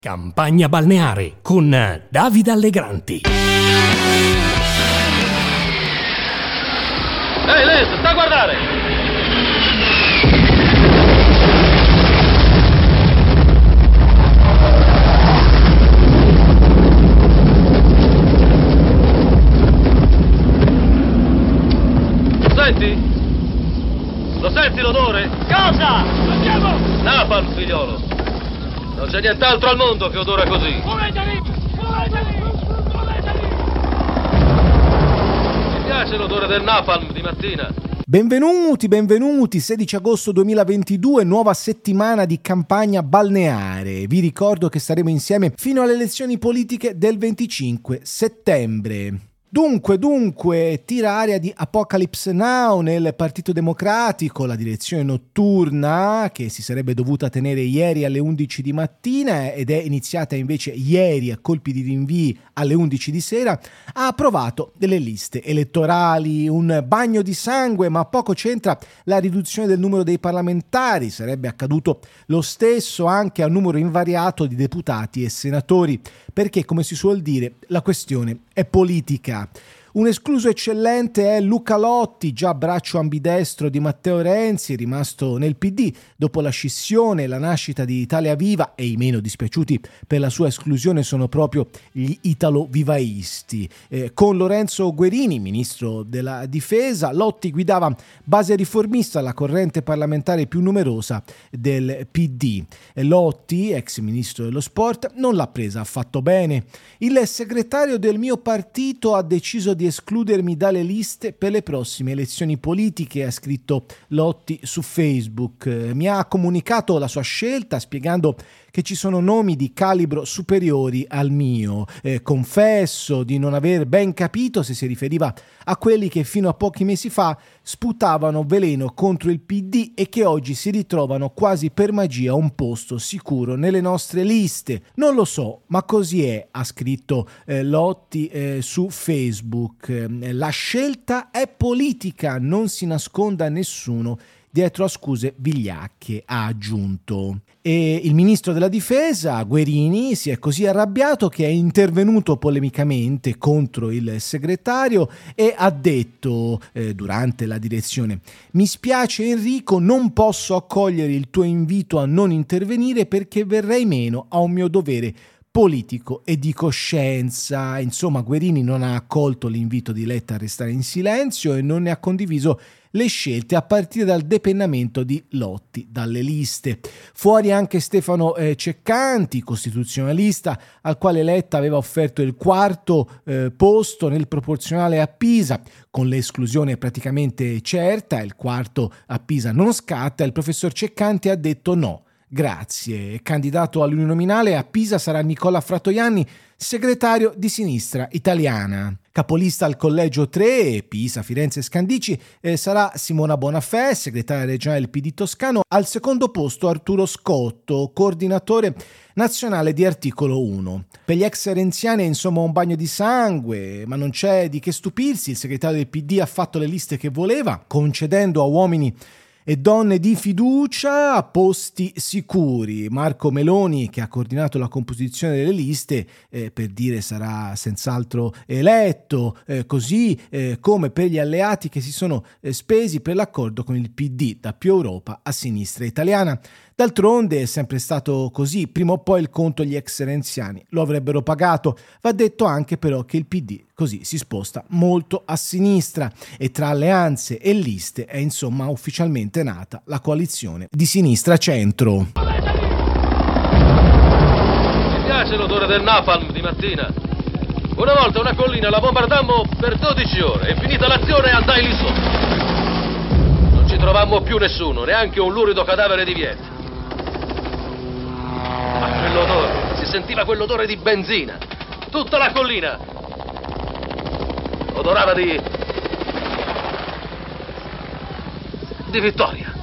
Campagna balneare con Davide Allegranti. Ehi, Liz, sta a guardare! Senti? Lo senti l'odore? Cosa? Andiamo! Napalm, figliolo! Non c'è nient'altro al mondo che odora così! Muovetevi! Muovetevi! Muovetevi! Mi piace l'odore del napalm di mattina. Benvenuti, 16 agosto 2022, nuova settimana di campagna balneare. Vi ricordo che staremo insieme fino alle elezioni politiche del 25 settembre. Dunque, tira aria di Apocalypse Now nel Partito Democratico, la direzione notturna che si sarebbe dovuta tenere ieri alle 11 di mattina ed è iniziata invece ieri a colpi di rinvii alle 11 di sera, ha approvato delle liste elettorali, un bagno di sangue, ma poco c'entra la riduzione del numero dei parlamentari, sarebbe accaduto lo stesso anche al numero invariato di deputati e senatori, perché come si suol dire la questione è politica. Un escluso eccellente è Luca Lotti, già braccio ambidestro di Matteo Renzi, rimasto nel PD dopo la scissione e la nascita di Italia Viva, e i meno dispiaciuti per la sua esclusione sono proprio gli italo-vivaisti. Con Lorenzo Guerini, ministro della difesa, Lotti guidava base riformista, la corrente parlamentare più numerosa del PD. Lotti, ex ministro dello sport, non l'ha presa affatto bene. Il segretario del mio partito ha deciso di escludermi dalle liste per le prossime elezioni politiche, ha scritto Lotti su Facebook. Mi ha comunicato la sua scelta spiegando che ci sono nomi di calibro superiori al mio. Confesso di non aver ben capito se si riferiva a quelli che fino a pochi mesi fa sputavano veleno contro il PD e che oggi si ritrovano quasi per magia un posto sicuro nelle nostre liste. Non lo so, ma così è, ha scritto Lotti su Facebook. La scelta è politica, non si nasconda nessuno dietro a scuse vigliacche, ha aggiunto. E il ministro della difesa, Guerini, si è così arrabbiato che è intervenuto polemicamente contro il segretario e ha detto durante la direzione: mi spiace Enrico, non posso accogliere il tuo invito a non intervenire perché verrei meno a un mio dovere politico e di coscienza. Insomma, Guerini non ha accolto l'invito di Letta a restare in silenzio e non ne ha condiviso le scelte a partire dal depennamento di Lotti dalle liste. Fuori anche Stefano Ceccanti, costituzionalista, al quale Letta aveva offerto il quarto posto nel proporzionale a Pisa, con l'esclusione praticamente certa, il quarto a Pisa non scatta. Il professor Ceccanti ha detto no, grazie. Candidato all'uninominale a Pisa sarà Nicola Fratoianni, segretario di Sinistra Italiana. Capolista al collegio 3, Pisa, Firenze e Scandicci, sarà Simona Bonafè, segretaria regionale del PD toscano. Al secondo posto Arturo Scotto, coordinatore nazionale di Articolo 1. Per gli ex renziani è insomma un bagno di sangue, ma non c'è di che stupirsi. Il segretario del PD ha fatto le liste che voleva, concedendo a uomini e donne di fiducia posti sicuri. Marco Meloni, che ha coordinato la composizione delle liste, per dire sarà senz'altro eletto, così come per gli alleati che si sono spesi per l'accordo con il PD, da più Europa a Sinistra Italiana. D'altronde è sempre stato così, prima o poi il conto gli ex renziani lo avrebbero pagato. Va detto anche però che il PD così si sposta molto a sinistra e tra alleanze e liste è insomma ufficialmente nata la coalizione di sinistra centro. Mi piace l'odore del napalm di mattina. Una volta una collina la bombardammo per 12 ore e finita l'azione andai lì sotto. Non ci trovammo più nessuno, neanche un lurido cadavere di Viet. Ma quell'odore, si sentiva quell'odore di benzina. Tutta la collina odorava di vittoria.